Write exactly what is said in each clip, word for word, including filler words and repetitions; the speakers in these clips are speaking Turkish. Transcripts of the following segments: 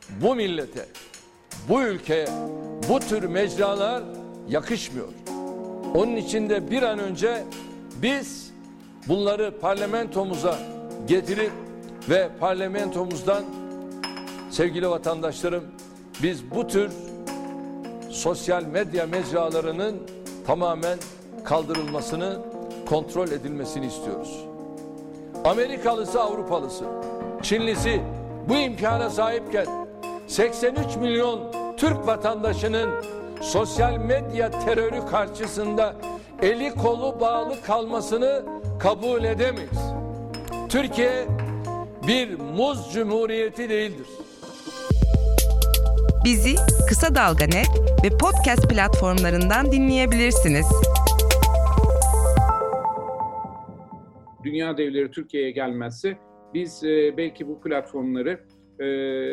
bu millete, bu ülkeye bu tür mecralar yakışmıyor. Onun için de bir an önce biz bunları parlamentomuza getirip ve parlamentomuzdan sevgili vatandaşlarım, biz bu tür sosyal medya mecralarının tamamen kaldırılmasını, kontrol edilmesini istiyoruz. Amerikalısı, Avrupalısı, Çinlisi bu imkana sahipken seksen üç milyon Türk vatandaşının sosyal medya terörü karşısında eli kolu bağlı kalmasını kabul edemeyiz. Türkiye bir muz cumhuriyeti değildir. Bizi Kısa Dalga Net ve podcast platformlarından dinleyebilirsiniz. Dünya devleri Türkiye'ye gelmezse biz e, belki bu platformları e,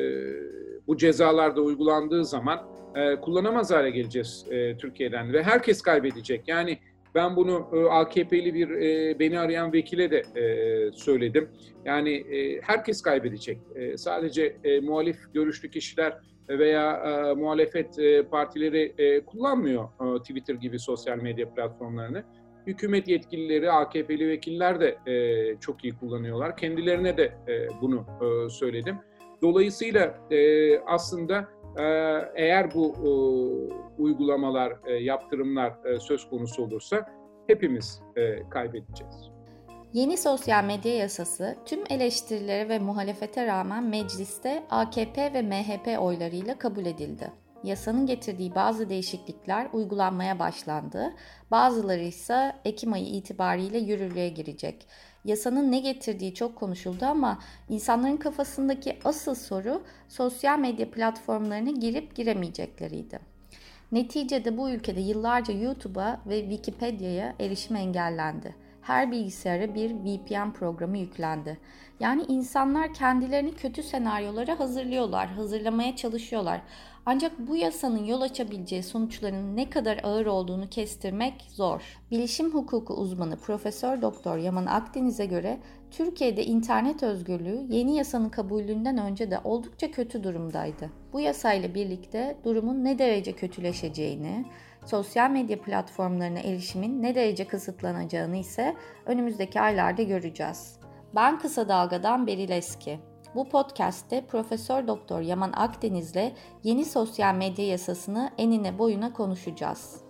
bu cezalarda uygulandığı zaman e, kullanamaz hale geleceğiz e, Türkiye'den ve herkes kaybedecek. Yani ben bunu e, A K P'li bir e, beni arayan vekile de e, söyledim. Yani e, herkes kaybedecek. E, sadece e, muhalif görüşlü kişiler veya e, muhalefet e, partileri e, kullanmıyor e, Twitter gibi sosyal medya platformlarını. Hükümet yetkilileri, A K P'li vekiller de e, çok iyi kullanıyorlar. Kendilerine de e, bunu e, söyledim. Dolayısıyla e, aslında e, eğer bu e, uygulamalar, e, yaptırımlar e, söz konusu olursa hepimiz e, kaybedeceğiz. Yeni sosyal medya yasası tüm eleştirilere ve muhalefete rağmen mecliste A K P ve M H P oylarıyla kabul edildi. Yasanın getirdiği bazı değişiklikler uygulanmaya başlandı. Bazıları ise Ekim ayı itibariyle yürürlüğe girecek. Yasanın ne getirdiği çok konuşuldu ama insanların kafasındaki asıl soru sosyal medya platformlarına girip giremeyecekleriydi. Neticede bu ülkede yıllarca YouTube'a ve Wikipedia'ya erişim engellendi. Her bilgisayara bir V P N programı yüklendi. Yani insanlar kendilerini kötü senaryolara hazırlıyorlar, hazırlamaya çalışıyorlar. Ancak bu yasanın yol açabileceği sonuçların ne kadar ağır olduğunu kestirmek zor. Bilişim hukuku uzmanı Profesör Doktor Yaman Akdeniz'e göre Türkiye'de internet özgürlüğü yeni yasanın kabulünden önce de oldukça kötü durumdaydı. Bu yasayla birlikte durumun ne derece kötüleşeceğini, sosyal medya platformlarına erişimin ne derece kısıtlanacağını ise önümüzdeki aylarda göreceğiz. Ben Kısa Dalga'dan Beril Eski. Bu podcast'te Profesör Doktor Yaman Akdeniz'le yeni sosyal medya yasasını enine boyuna konuşacağız.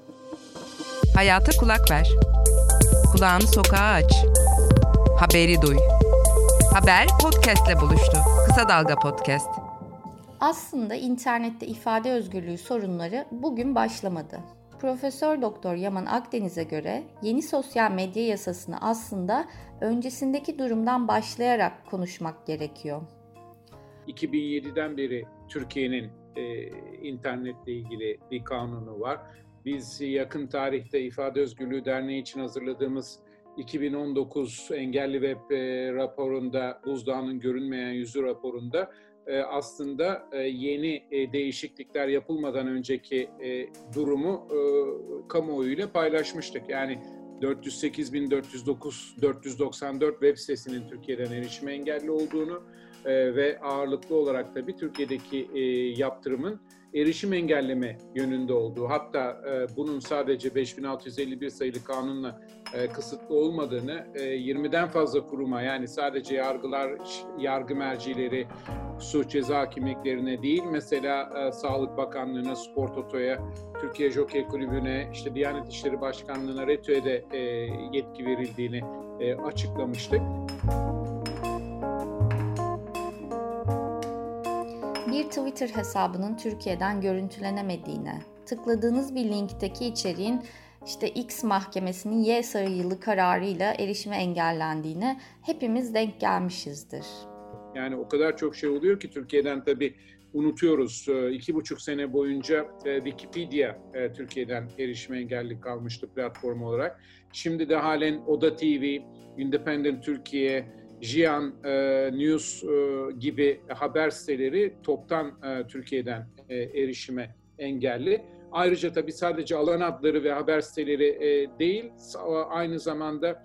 Hayata kulak ver. Kulağını sokağa aç. Haberi duy. Haber podcast'le buluştu. Kısa Dalga Podcast. Aslında internette ifade özgürlüğü sorunları bugün başlamadı. Profesör Doktor Yaman Akdeniz'e göre yeni sosyal medya yasasını aslında öncesindeki durumdan başlayarak konuşmak gerekiyor. iki bin yediden beri Türkiye'nin e, internetle ilgili bir kanunu var. Biz yakın tarihte İfade Özgürlüğü Derneği için hazırladığımız iki bin on dokuz Engelli Web e, raporunda, Buzdağı'nın görünmeyen yüzü raporunda e, aslında e, yeni e, değişiklikler yapılmadan önceki e, durumu e, kamuoyuyla paylaşmıştık. Yani dört yüz sekiz bin dört yüz dokuz dört yüz doksan dört web sitesinin Türkiye'den erişime engelli olduğunu e, ve ağırlıklı olarak tabii Türkiye'deki e, yaptırımın erişim engelleme yönünde olduğu, hatta e, bunun sadece beş bin altı yüz elli bir sayılı kanunla e, kısıtlı olmadığını, e, yirmiden fazla kuruma, yani sadece yargılar, yargı mercileri, suç ceza hakimliklerine değil, mesela e, Sağlık Bakanlığı'na, Spor Toto'ya, Türkiye Jokey Kulübü'ne, işte Diyanet İşleri Başkanlığı'na, RETÜ'ye de e, yetki verildiğini e, açıklamıştık. Bir Twitter hesabının Türkiye'den görüntülenemediğine, tıkladığınız bir linkteki içeriğin işte X mahkemesinin Y sayılı kararıyla erişime engellendiğine hepimiz denk gelmişizdir. Yani o kadar çok şey oluyor ki Türkiye'den tabii unutuyoruz. İki buçuk sene boyunca Wikipedia Türkiye'den erişime engelli kalmıştı platform olarak. Şimdi de halen Oda T V, Independent Türkiye, Jiyan e, News e, gibi haber siteleri toptan e, Türkiye'den e, erişime engelli. Ayrıca tabii sadece alan adları ve haber siteleri e, değil, aynı zamanda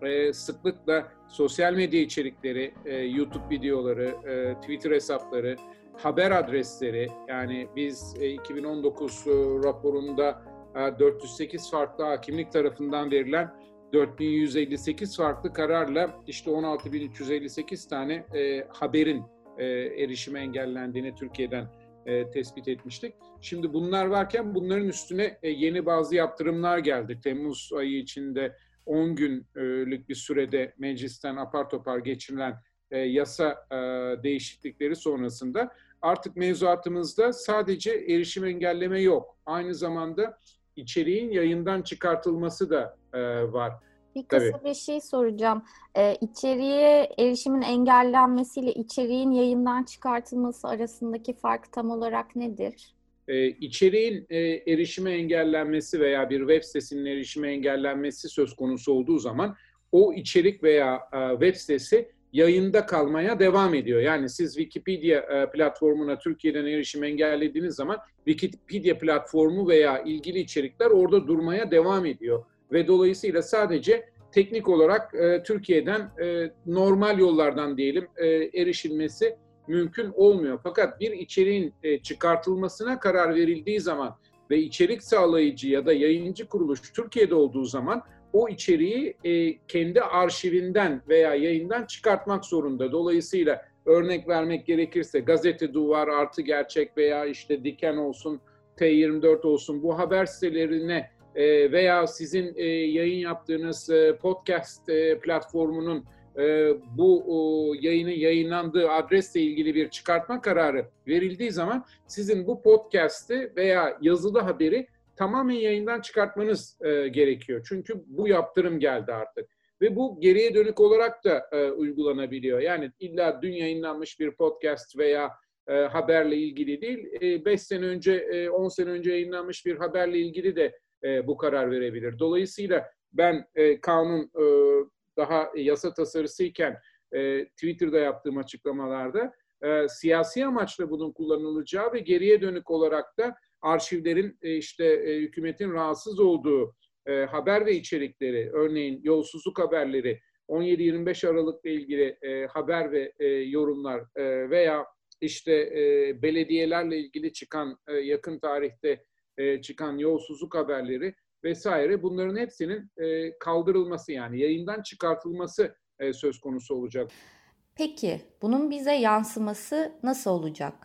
e, sıklıkla sosyal medya içerikleri, e, YouTube videoları, e, Twitter hesapları, haber adresleri, yani biz e, iki bin on dokuz e, raporunda e, dört yüz sekiz farklı hakimlik tarafından verilen dört bin yüz elli sekiz farklı kararla işte on altı bin üç yüz elli sekiz tane e, haberin e, erişime engellendiğini Türkiye'den e, tespit etmiştik. Şimdi bunlar varken bunların üstüne e, yeni bazı yaptırımlar geldi. Temmuz ayı içinde on günlük bir sürede meclisten apar topar geçirilen e, yasa e, değişiklikleri sonrasında artık mevzuatımızda sadece erişim engelleme yok. Aynı zamanda içeriğin yayından çıkartılması da e, var. Bir kısa Tabii. bir şey soracağım. Ee, içeriğe erişimin engellenmesiyle içeriğin yayından çıkartılması arasındaki fark tam olarak nedir? Ee, içeriğin e, erişime engellenmesi veya bir web sitesinin erişime engellenmesi söz konusu olduğu zaman o içerik veya e, web sitesi yayında kalmaya devam ediyor. Yani siz Wikipedia e, platformuna Türkiye'den erişim engellediğiniz zaman Wikipedia platformu veya ilgili içerikler orada durmaya devam ediyor. Ve dolayısıyla sadece teknik olarak e, Türkiye'den e, normal yollardan diyelim e, erişilmesi mümkün olmuyor. Fakat bir içeriğin e, çıkartılmasına karar verildiği zaman ve içerik sağlayıcı ya da yayıncı kuruluş Türkiye'de olduğu zaman o içeriği e, kendi arşivinden veya yayından çıkartmak zorunda. Dolayısıyla örnek vermek gerekirse Gazete Duvar, Artı Gerçek veya işte Diken olsun, T yirmi dört olsun bu haber sitelerine e, veya sizin e, yayın yaptığınız e, podcast e, platformunun e, bu o, yayının yayınlandığı adresle ilgili bir çıkartma kararı verildiği zaman sizin bu podcast'i veya yazılı haberi tamamen yayından çıkartmanız e, gerekiyor. Çünkü bu yaptırım geldi artık. Ve bu geriye dönük olarak da e, uygulanabiliyor. Yani illa dün yayınlanmış bir podcast veya e, haberle ilgili değil, beş e, sene önce, on e, sene önce yayınlanmış bir haberle ilgili de e, bu karar verebilir. Dolayısıyla ben e, kanun e, daha yasa tasarısıyken e, Twitter'da yaptığım açıklamalarda e, siyasi amaçla bunun kullanılacağı ve geriye dönük olarak da arşivlerin e, işte e, hükümetin rahatsız olduğu e, haber ve içerikleri, örneğin yolsuzluk haberleri, on yedi yirmi beş Aralık'la ilgili e, haber ve e, yorumlar e, veya işte e, belediyelerle ilgili çıkan e, yakın tarihte e, çıkan yolsuzluk haberleri vesaire, bunların hepsinin e, kaldırılması, yani yayından çıkartılması e, söz konusu olacak. Peki bunun bize yansıması nasıl olacak?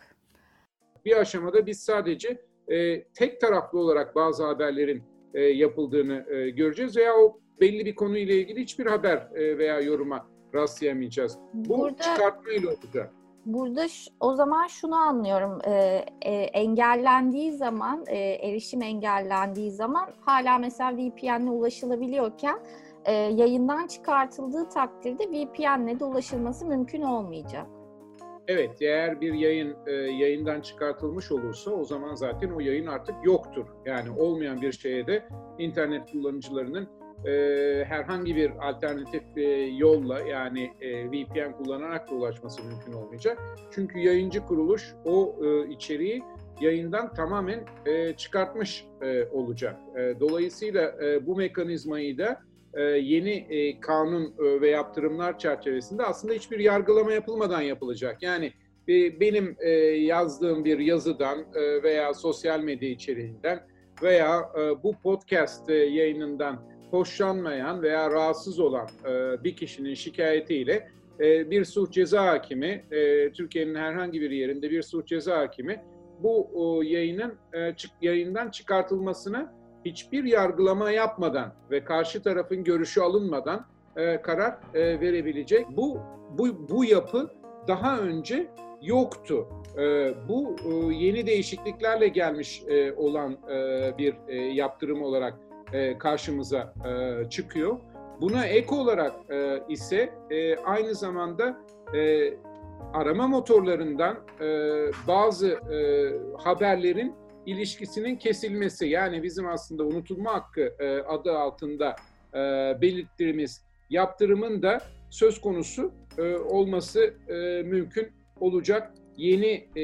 Bir aşamada biz sadece e, tek taraflı olarak bazı haberlerin e, yapıldığını e, göreceğiz veya o belli bir konuyla ilgili hiçbir haber e, veya yoruma rastlayamayacağız. Bu Burada... çıkartmayla olacak. Burada o zaman şunu anlıyorum, e, e, engellendiği zaman, e, erişim engellendiği zaman hala mesela V P N'le ulaşılabiliyorken e, yayından çıkartıldığı takdirde V P N'le de ulaşılması mümkün olmayacak. Evet, eğer bir yayın e, yayından çıkartılmış olursa o zaman zaten o yayın artık yoktur. Yani olmayan bir şeye de internet kullanıcılarının e, herhangi bir alternatif e, yolla, yani e, V P N kullanarak da ulaşması mümkün olmayacak. Çünkü yayıncı kuruluş o e, içeriği yayından tamamen e, çıkartmış e, olacak. E, dolayısıyla e, bu mekanizmayı da e, yeni e, kanun e, ve yaptırımlar çerçevesinde aslında hiçbir yargılama yapılmadan yapılacak. Yani e, benim e, yazdığım bir yazıdan e, veya sosyal medya içeriğinden veya e, bu podcast e, yayınından hoşlanmayan veya rahatsız olan e, bir kişinin şikayetiyle e, bir suç ceza hakimi, e, Türkiye'nin herhangi bir yerinde bir suç ceza hakimi bu o, yayının e, çık, yayından çıkartılmasına hiçbir yargılama yapmadan ve karşı tarafın görüşü alınmadan e, karar e, verebilecek. Bu bu bu yapı daha önce yoktu. E, bu e, yeni değişikliklerle gelmiş e, olan e, bir e, yaptırım olarak e, karşımıza e, çıkıyor. Buna ek olarak e, ise e, aynı zamanda e, arama motorlarından e, bazı e, haberlerin ilişkisinin kesilmesi, yani bizim aslında unutulma hakkı e, adı altında e, belirttiğimiz yaptırımın da söz konusu e, olması e, mümkün olacak yeni e,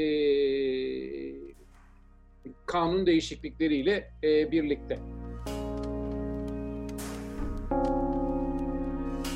kanun değişiklikleriyle e, birlikte.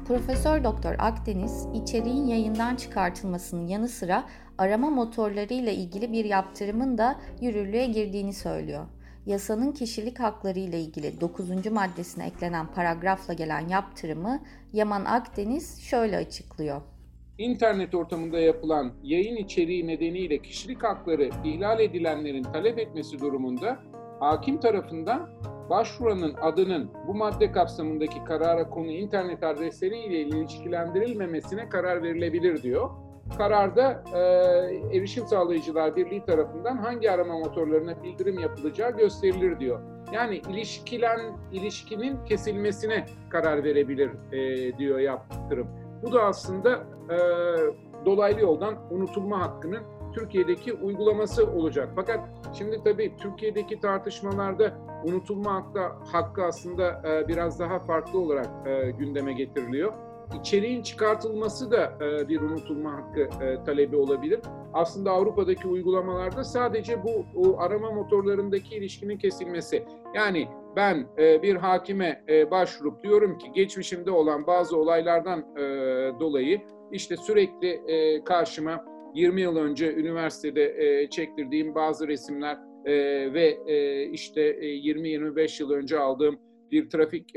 Profesör Doktor Akdeniz, içeriğin yayından çıkartılmasının yanı sıra arama motorlarıyla ilgili bir yaptırımın da yürürlüğe girdiğini söylüyor. Yasanın kişilik hakları ile ilgili dokuzuncu maddesine eklenen paragrafla gelen yaptırımı Yaman Akdeniz şöyle açıklıyor. İnternet ortamında yapılan yayın içeriği nedeniyle kişilik hakları ihlal edilenlerin talep etmesi durumunda hakim tarafından başvuranın adının bu madde kapsamındaki karara konu internet adresleri ile ilişkilendirilmemesine karar verilebilir diyor. Kararda e, Erişim Sağlayıcılar Birliği tarafından hangi arama motorlarına bildirim yapılacağı gösterilir diyor. Yani ilişkilen ilişkinin kesilmesine karar verebilir e, diyor yaptırım. Bu da aslında e, dolaylı yoldan unutulma hakkının Türkiye'deki uygulaması olacak. Fakat şimdi tabii Türkiye'deki tartışmalarda unutulma hakkı, hakkı aslında e, biraz daha farklı olarak e, gündeme getiriliyor. İçeriğin çıkartılması da e, bir unutulma hakkı e, talebi olabilir. Aslında Avrupa'daki uygulamalarda sadece bu o arama motorlarındaki ilişkinin kesilmesi. Yani ben e, bir hakime e, başvurup diyorum ki geçmişimde olan bazı olaylardan e, dolayı işte sürekli e, karşıma yirmi yıl önce üniversitede e, çektirdiğim bazı resimler e, ve e, işte e, yirmi yirmi beş yıl önce aldığım bir trafik e,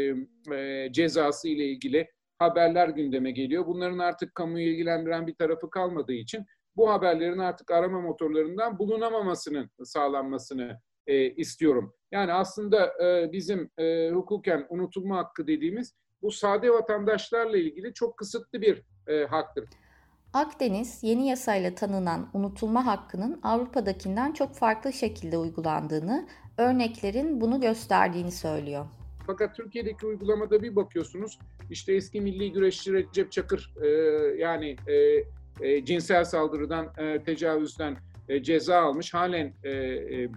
e, cezası ile ilgili haberler gündeme geliyor. Bunların artık kamuyu ilgilendiren bir tarafı kalmadığı için bu haberlerin artık arama motorlarından bulunamamasının sağlanmasını e, istiyorum. Yani aslında e, bizim e, hukuken unutulma hakkı dediğimiz bu sade vatandaşlarla ilgili çok kısıtlı bir e, haktır. Akdeniz, yeni yasayla tanınan unutulma hakkının Avrupa'dakinden çok farklı şekilde uygulandığını, örneklerin bunu gösterdiğini söylüyor. Fakat Türkiye'deki uygulamada bir bakıyorsunuz, işte eski milli güreşçi Recep Çakır e, yani e, e, cinsel saldırıdan, e, tecavüzden e, ceza almış, halen e, e,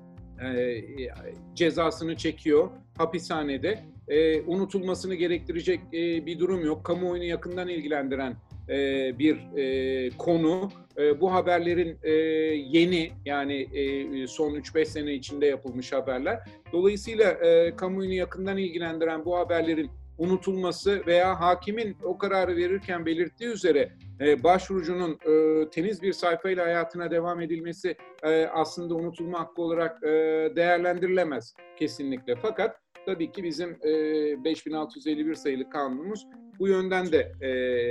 e, cezasını çekiyor hapishanede. E, unutulmasını gerektirecek e, bir durum yok. Kamuoyunu yakından ilgilendiren e, bir e, konu. E, bu haberlerin e, yeni, yani e, son üç beş sene içinde yapılmış haberler. Dolayısıyla e, kamuoyunu yakından ilgilendiren bu haberlerin unutulması veya hakimin o kararı verirken belirttiği üzere e, başvurucunun e, temiz bir sayfayla hayatına devam edilmesi e, aslında unutulma hakkı olarak e, değerlendirilemez kesinlikle. Fakat tabii ki bizim e, beş bin altı yüz elli bir sayılı kanunumuz bu yönden de e,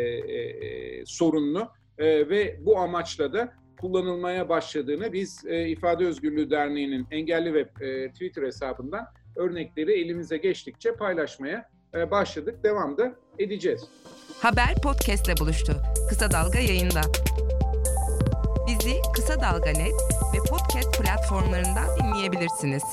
e, sorunlu e, ve bu amaçla da kullanılmaya başladığını biz e, İfade Özgürlüğü Derneği'nin Engelli Web e, Twitter hesabından örnekleri elimize geçtikçe paylaşmaya e, başladık. Devam da edeceğiz. Haber podcast'le buluştu. Kısa Dalga yayında. Bizi Kısa Dalga nokta net ve podcast platformlarından dinleyebilirsiniz.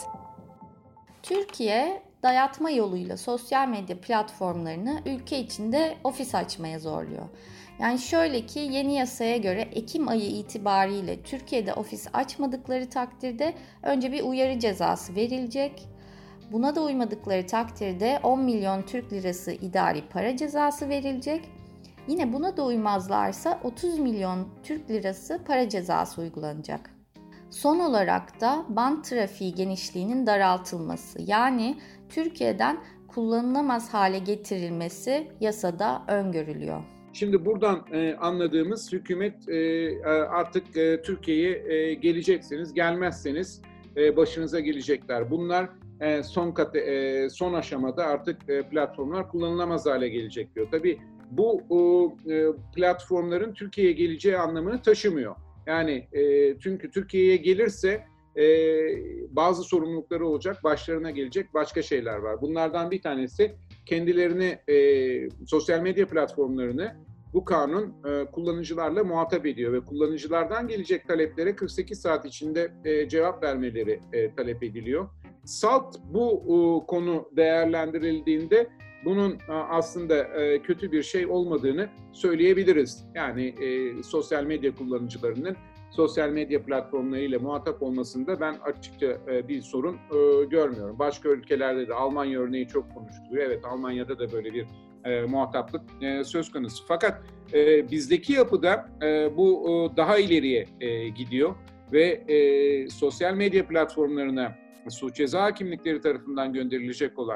Türkiye, dayatma yoluyla sosyal medya platformlarını ülke içinde ofis açmaya zorluyor. Yani şöyle ki yeni yasaya göre Ekim ayı itibariyle Türkiye'de ofis açmadıkları takdirde önce bir uyarı cezası verilecek. Buna da uymadıkları takdirde on milyon Türk lirası idari para cezası verilecek. Yine buna da uymazlarsa otuz milyon Türk lirası para cezası uygulanacak. Son olarak da band trafiği genişliğinin daraltılması, yani Türkiye'den kullanılamaz hale getirilmesi yasada öngörülüyor. Şimdi buradan e, anladığımız hükümet e, artık e, Türkiye'ye e, gelecekseniz, gelmezseniz e, başınıza gelecekler. Bunlar e, son kat, e, son aşamada artık e, platformlar kullanılamaz hale gelecek diyor. Tabii bu e, platformların Türkiye'ye geleceği anlamını taşımıyor. Yani e, çünkü Türkiye'ye gelirse e, bazı sorumlulukları olacak, başlarına gelecek başka şeyler var. Bunlardan bir tanesi kendilerini, e, sosyal medya platformlarını bu kanun e, kullanıcılarla muhatap ediyor ve kullanıcılardan gelecek taleplere kırk sekiz saat içinde e, cevap vermeleri e, talep ediliyor. Salt bu e, konu değerlendirildiğinde bunun e, aslında e, kötü bir şey olmadığını söyleyebiliriz. Yani e, sosyal medya kullanıcılarının sosyal medya platformlarıyla muhatap olmasında ben açıkça e, bir sorun e, görmüyorum. Başka ülkelerde de Almanya örneği çok konuşuluyor. Evet, Almanya'da da böyle bir e, muhataplık e, söz konusu. Fakat e, bizdeki yapıda e, bu e, daha ileriye e, gidiyor ve e, sosyal medya platformlarına suç ceza hakimlikleri tarafından gönderilecek olan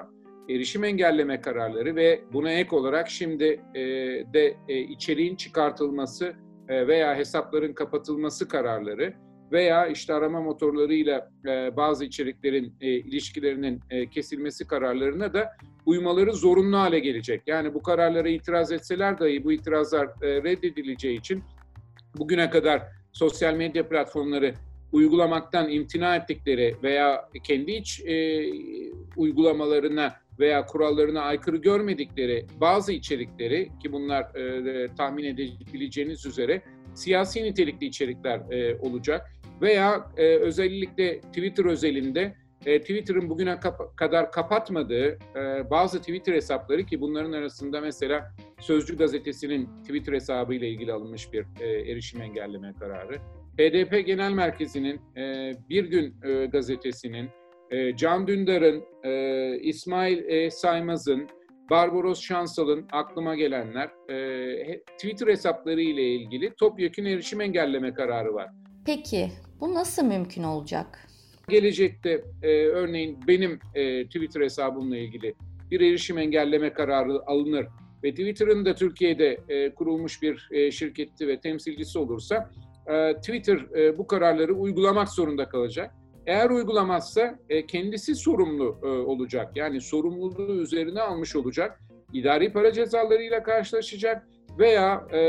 erişim engelleme kararları ve buna ek olarak şimdi e, de e, içeriğin çıkartılması e, veya hesapların kapatılması kararları veya işte arama motorlarıyla e, bazı içeriklerin e, ilişkilerinin e, kesilmesi kararlarına da uymaları zorunlu hale gelecek. Yani bu kararlara itiraz etseler dahi bu itirazlar e, reddedileceği için bugüne kadar sosyal medya platformları uygulamaktan imtina ettikleri veya kendi iç e, uygulamalarına veya kurallarına aykırı görmedikleri bazı içerikleri, ki bunlar e, tahmin edebileceğiniz üzere siyasi nitelikli içerikler e, olacak veya e, özellikle Twitter özelinde e, Twitter'ın bugüne kap- kadar kapatmadığı e, bazı Twitter hesapları, ki bunların arasında mesela Sözcü gazetesinin Twitter hesabı ile ilgili alınmış bir e, erişim engelleme kararı, H D P Genel Merkezi'nin, e, Bir Gün e, gazetesinin, e, Can Dündar'ın, e, İsmail e, Saymaz'ın, Barbaros Şansal'ın, aklıma gelenler, e, Twitter hesapları ile ilgili topyekün erişim engelleme kararı var. Peki bu nasıl mümkün olacak? Gelecekte e, örneğin benim e, Twitter hesabımla ilgili bir erişim engelleme kararı alınır ve Twitter'ın da Türkiye'de e, kurulmuş bir e, şirketi ve temsilcisi olursa e, Twitter e, bu kararları uygulamak zorunda kalacak. Eğer uygulamazsa e, kendisi sorumlu e, olacak. Yani sorumluluğu üzerine almış olacak. İdari para cezalarıyla karşılaşacak veya e,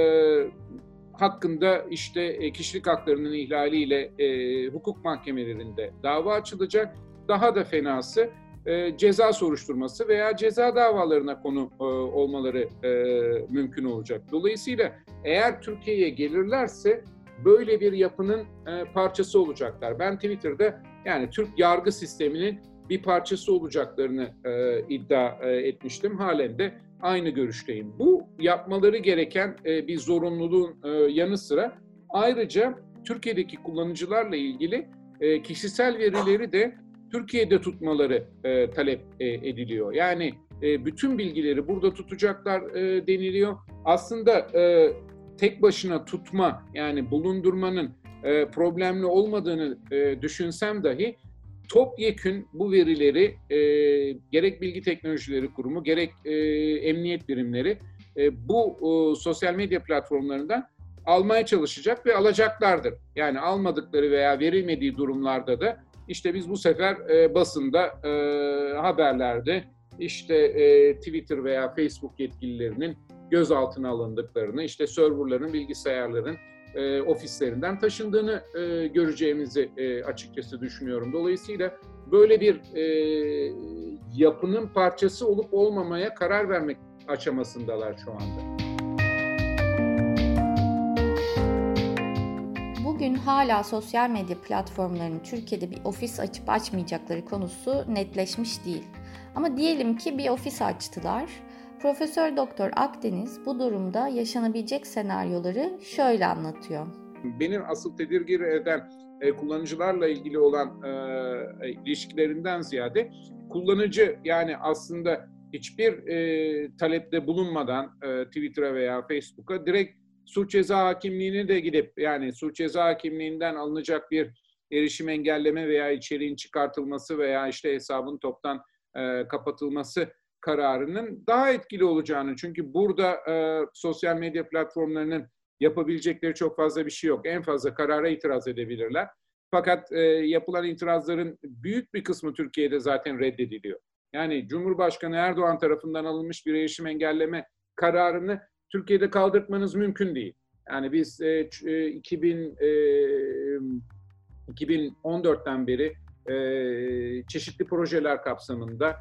hakkında işte e, kişilik haklarının ihlaliyle e, hukuk mahkemelerinde dava açılacak. Daha da fenası e, ceza soruşturması veya ceza davalarına konu e, olmaları e, mümkün olacak. Dolayısıyla eğer Türkiye'ye gelirlerse böyle bir yapının e, parçası olacaklar. Ben Twitter'da yani Türk yargı sisteminin bir parçası olacaklarını e, iddia e, etmiştim. Halen de aynı görüşteyim. Bu yapmaları gereken e, bir zorunluluğun e, yanı sıra ayrıca Türkiye'deki kullanıcılarla ilgili e, kişisel verileri de Türkiye'de tutmaları e, talep e, ediliyor. Yani e, bütün bilgileri burada tutacaklar e, deniliyor. Aslında e, tek başına tutma, yani bulundurmanın e, problemli olmadığını e, düşünsem dahi topyekün bu verileri e, gerek Bilgi Teknolojileri Kurumu gerek e, emniyet birimleri e, bu e, sosyal medya platformlarından almaya çalışacak ve alacaklardır. Yani almadıkları veya verilmediği durumlarda da işte biz bu sefer e, basında, e, haberlerde işte e, Twitter veya Facebook yetkililerinin gözaltına alındıklarını, işte serverların, bilgisayarların e, ofislerinden taşındığını e, göreceğimizi e, açıkçası düşünüyorum. Dolayısıyla böyle bir e, yapının parçası olup olmamaya karar vermek aşamasındalar şu anda. Bugün hala sosyal medya platformlarının Türkiye'de bir ofis açıp açmayacakları konusu netleşmiş değil. Ama diyelim ki bir ofis açtılar. Profesör Doktor Akdeniz bu durumda yaşanabilecek senaryoları şöyle anlatıyor. Benim asıl tedirgin eden e, kullanıcılarla ilgili olan e, ilişkilerinden ziyade kullanıcı, yani aslında hiçbir e, talepte bulunmadan e, Twitter'a veya Facebook'a direkt suç ceza hakimliğine de gidip, yani suç ceza hakimliğinden alınacak bir erişim engelleme veya içeriğin çıkartılması veya işte hesabın toptan e, kapatılması kararının daha etkili olacağını, çünkü burada e, sosyal medya platformlarının yapabilecekleri çok fazla bir şey yok. En fazla karara itiraz edebilirler. Fakat e, yapılan itirazların büyük bir kısmı Türkiye'de zaten reddediliyor. Yani Cumhurbaşkanı Erdoğan tarafından alınmış bir erişim engelleme kararını Türkiye'de kaldırtmanız mümkün değil. Yani biz e, iki bin, e, iki bin on dörtten beri e, çeşitli projeler kapsamında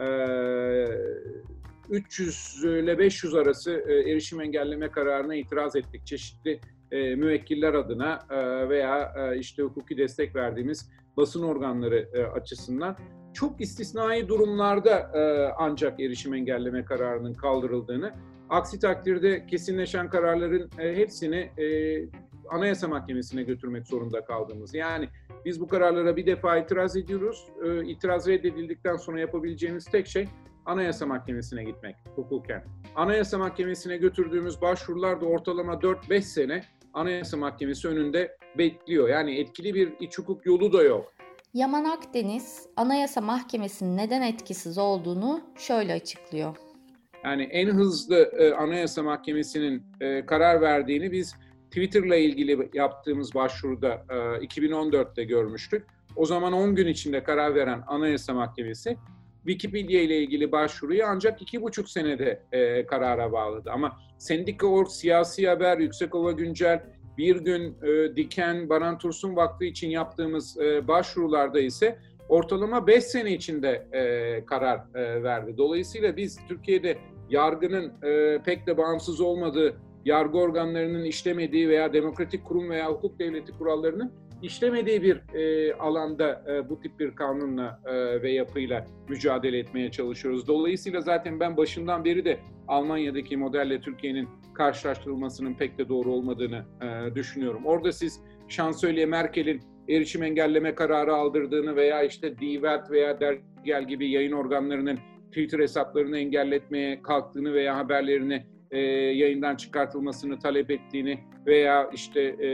üç yüz ile beş yüz arası erişim engelleme kararına itiraz ettik. Çeşitli müvekkiller adına veya işte hukuki destek verdiğimiz basın organları açısından çok istisnai durumlarda ancak erişim engelleme kararının kaldırıldığını, aksi takdirde kesinleşen kararların hepsini Anayasa Mahkemesi'ne götürmek zorunda kaldığımız. Yani biz bu kararlara bir defa itiraz ediyoruz. E, itiraz reddedildikten sonra yapabileceğimiz tek şey Anayasa Mahkemesi'ne gitmek hukuken. Anayasa Mahkemesi'ne götürdüğümüz başvurular da ortalama dört beş sene Anayasa Mahkemesi önünde bekliyor. Yani etkili bir iç hukuk yolu da yok. Yaman Akdeniz, Anayasa Mahkemesi'nin neden etkisiz olduğunu şöyle açıklıyor. Yani en hızlı e, Anayasa Mahkemesi'nin e, karar verdiğini biz Twitter'la ilgili yaptığımız başvuruda e, iki bin on dörtte görmüştük. O zaman on gün içinde karar veren Anayasa Mahkemesi Wikipedia ile ilgili başvuruyu ancak iki buçuk senede e, karara bağladı. Ama Sendika nokta org, Siyasi Haber, Yüksekova Güncel, Bir Gün, e, Diken, Baran Tursun Vakfı için yaptığımız e, başvurularda ise ortalama beş sene içinde e, karar e, verdi. Dolayısıyla biz Türkiye'de yargının e, pek de bağımsız olmadığı, yargı organlarının işlemediği veya demokratik kurum veya hukuk devleti kurallarının işlemediği bir e, alanda e, bu tip bir kanunla e, ve yapıyla mücadele etmeye çalışıyoruz. Dolayısıyla zaten ben başından beri de Almanya'daki modelle Türkiye'nin karşılaştırılmasının pek de doğru olmadığını e, düşünüyorum. Orada siz Şansölye Merkel'in erişim engelleme kararı aldırdığını veya işte Die Welt veya Der Spiegel gibi yayın organlarının Twitter hesaplarını engelletmeye kalktığını veya haberlerini e, yayından çıkartılmasını talep ettiğini veya işte e,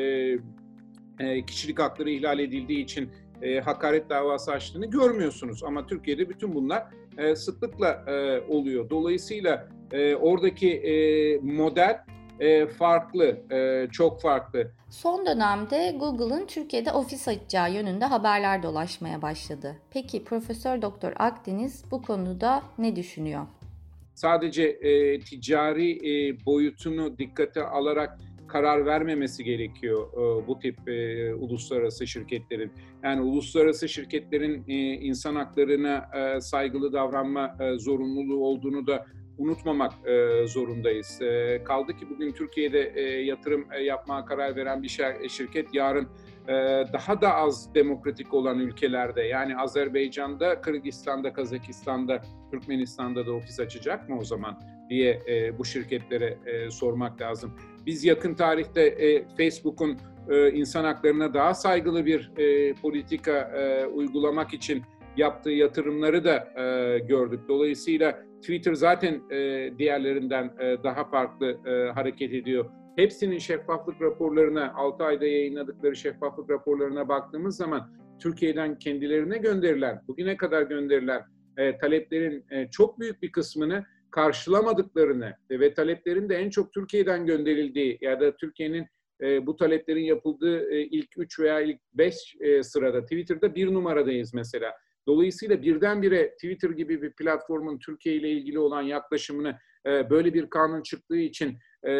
e, kişilik hakları ihlal edildiği için e, hakaret davası açtığını görmüyorsunuz. Ama Türkiye'de bütün bunlar e, sıklıkla e, oluyor. Dolayısıyla e, oradaki e, model e, farklı, e, çok farklı. Son dönemde Google'ın Türkiye'de ofis açacağı yönünde haberler dolaşmaya başladı. Peki Profesör Doktor Akdeniz bu konuda ne düşünüyor? Sadece e, ticari e, boyutunu dikkate alarak karar vermemesi gerekiyor e, bu tip e, uluslararası şirketlerin. Yani uluslararası şirketlerin e, insan haklarına e, saygılı davranma e, zorunluluğu olduğunu da unutmamak e, zorundayız. E, kaldı ki bugün Türkiye'de e, yatırım e, yapmaya karar veren bir şirket yarın e, daha da az demokratik olan ülkelerde, yani Azerbaycan'da, Kırgızistan'da, Kazakistan'da, Türkmenistan'da da ofis açacak mı o zaman diye e, bu şirketlere e, sormak lazım. Biz yakın tarihte e, Facebook'un e, insan haklarına daha saygılı bir e, politika e, uygulamak için yaptığı yatırımları da e, gördük. Dolayısıyla Twitter zaten e, diğerlerinden e, daha farklı e, hareket ediyor. Hepsinin şeffaflık raporlarına, altı ayda yayınladıkları şeffaflık raporlarına baktığımız zaman Türkiye'den kendilerine gönderilen, bugüne kadar gönderilen e, taleplerin e, çok büyük bir kısmını karşılamadıklarını e, ve taleplerin de en çok Türkiye'den gönderildiği ya da Türkiye'nin e, bu taleplerin yapıldığı e, ilk üç veya ilk beş e, sırada, Twitter'da bir numaradayız mesela. Dolayısıyla birdenbire Twitter gibi bir platformun Türkiye ile ilgili olan yaklaşımını e, böyle bir kanun çıktığı için e,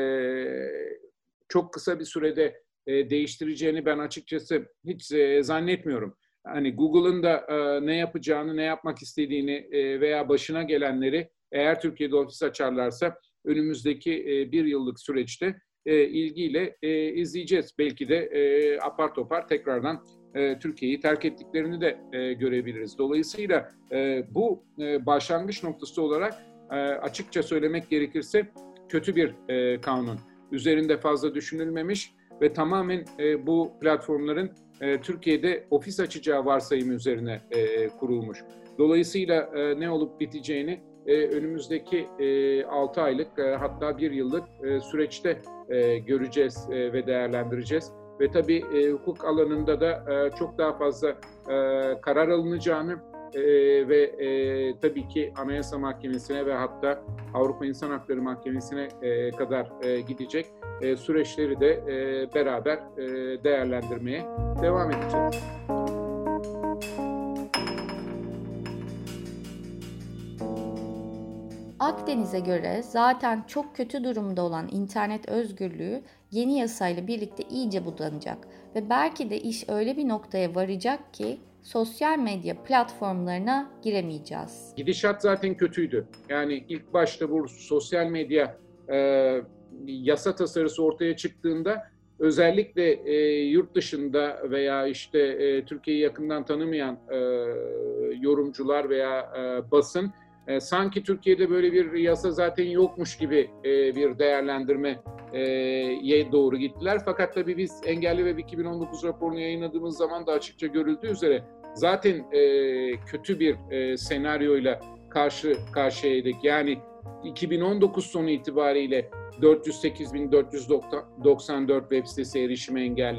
çok kısa bir sürede e, değiştireceğini ben açıkçası hiç e, zannetmiyorum. Hani Google'ın da e, ne yapacağını, ne yapmak istediğini e, veya başına gelenleri eğer Türkiye'de ofis açarlarsa önümüzdeki e, bir yıllık süreçte e, ilgiyle e, izleyeceğiz. Belki de e, apar topar tekrardan e, Türkiye'yi terk ettiklerini de e, görebiliriz. Dolayısıyla e, bu e, başlangıç noktası olarak e, açıkça söylemek gerekirse kötü bir e, kanun. Üzerinde fazla düşünülmemiş ve tamamen e, bu platformların e, Türkiye'de ofis açacağı varsayımı üzerine e, kurulmuş. Dolayısıyla e, ne olup biteceğini e, önümüzdeki e, altı aylık e, hatta bir yıllık e, süreçte e, göreceğiz e, ve değerlendireceğiz. Ve tabii e, hukuk alanında da e, çok daha fazla e, karar alınacağını e, ve e, tabii ki Anayasa Mahkemesi'ne ve hatta Avrupa İnsan Hakları Mahkemesi'ne e, kadar e, gidecek e, süreçleri de e, beraber e, değerlendirmeye devam edeceğiz. Akdeniz'e göre zaten çok kötü durumda olan internet özgürlüğü yeni yasayla birlikte iyice budanacak ve belki de iş öyle bir noktaya varacak ki sosyal medya platformlarına giremeyeceğiz. Gidişat zaten kötüydü. Yani ilk başta bu sosyal medya e, yasa tasarısı ortaya çıktığında özellikle e, yurt dışında veya işte e, Türkiye'yi yakından tanımayan e, yorumcular veya e, basın E, sanki Türkiye'de böyle bir yasa zaten yokmuş gibi e, bir değerlendirmeye doğru gittiler. Fakat tabii biz Engelli Web iki bin on dokuz raporunu yayınladığımız zaman da açıkça görüldüğü üzere zaten e, kötü bir e, senaryoyla karşı karşıyaydık. Yani iki bin on dokuz sonu itibariyle dört yüz sekiz bin dört yüz doksan dört web sitesi erişime engelli.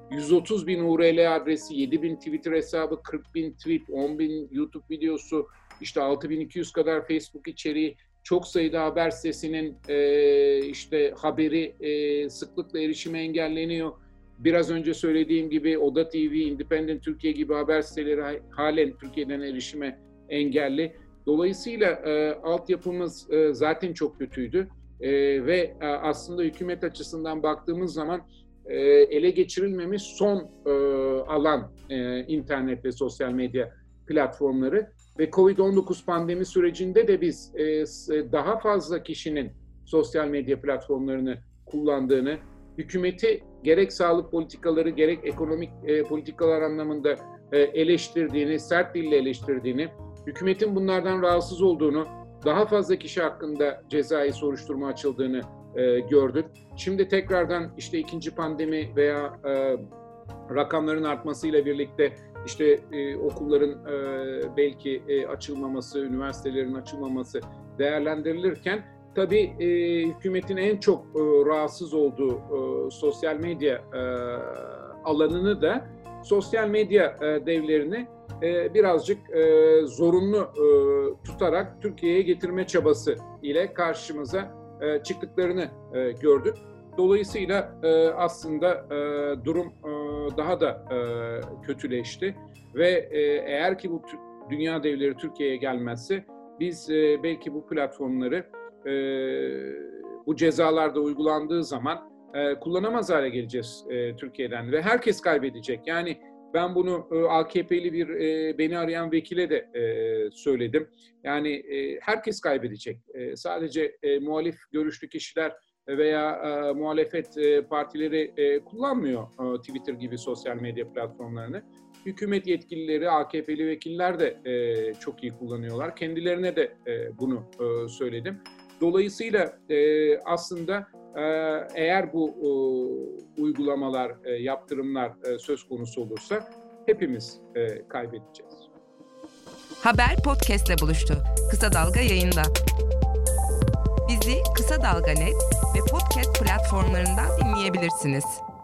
yüz otuz bin U R L adresi, yedi bin Twitter hesabı, kırk bin tweet, on bin YouTube videosu, işte altı bin iki yüz kadar Facebook içeriği, çok sayıda haber sitesinin e, işte haberi e, sıklıkla erişime engelleniyor. Biraz önce söylediğim gibi Oda T V, Independent Türkiye gibi haber siteleri halen Türkiye'den erişime engelli. Dolayısıyla e, altyapımız e, zaten çok kötüydü e, ve e, aslında hükümet açısından baktığımız zaman e, ele geçirilmemiş son e, alan e, internet ve sosyal medya platformları ve kovid on dokuz pandemi sürecinde de biz e, daha fazla kişinin sosyal medya platformlarını kullandığını, hükümeti gerek sağlık politikaları gerek ekonomik e, politikalar anlamında e, eleştirdiğini, sert dille eleştirdiğini, hükümetin bunlardan rahatsız olduğunu, daha fazla kişi hakkında cezai soruşturma açıldığını e, gördük. Şimdi tekrardan işte ikinci pandemi veya e, rakamların artmasıyla birlikte işte e, okulların e, belki e, açılmaması, üniversitelerin açılmaması değerlendirilirken tabii e, hükümetin en çok e, rahatsız olduğu e, sosyal medya e, alanını da sosyal medya e, devlerini e, birazcık e, zorunlu e, tutarak Türkiye'ye getirme çabası ile karşımıza e, çıktıklarını e, gördük. Dolayısıyla e, aslında e, durum e, daha da e, kötüleşti ve e, eğer ki bu dünya devleri Türkiye'ye gelmezse biz e, belki bu platformları e, bu cezalarda uygulandığı zaman e, kullanamaz hale geleceğiz e, Türkiye'den ve herkes kaybedecek. Yani ben bunu e, A K P'li bir e, beni arayan vekile de e, söyledim. Yani e, herkes kaybedecek. E, sadece e, muhalif görüşlü kişiler veya e, muhalefet e, partileri e, kullanmıyor e, Twitter gibi sosyal medya platformlarını. Hükümet yetkilileri, A K P'li vekiller de e, çok iyi kullanıyorlar. Kendilerine de e, bunu e, söyledim. Dolayısıyla e, aslında e, eğer bu e, uygulamalar, e, yaptırımlar e, söz konusu olursa hepimiz e, kaybedeceğiz. Haber podcast'le buluştu. Kısa Dalga yayında. Bizi Kısa Dalga Net ve podcast platformlarından dinleyebilirsiniz.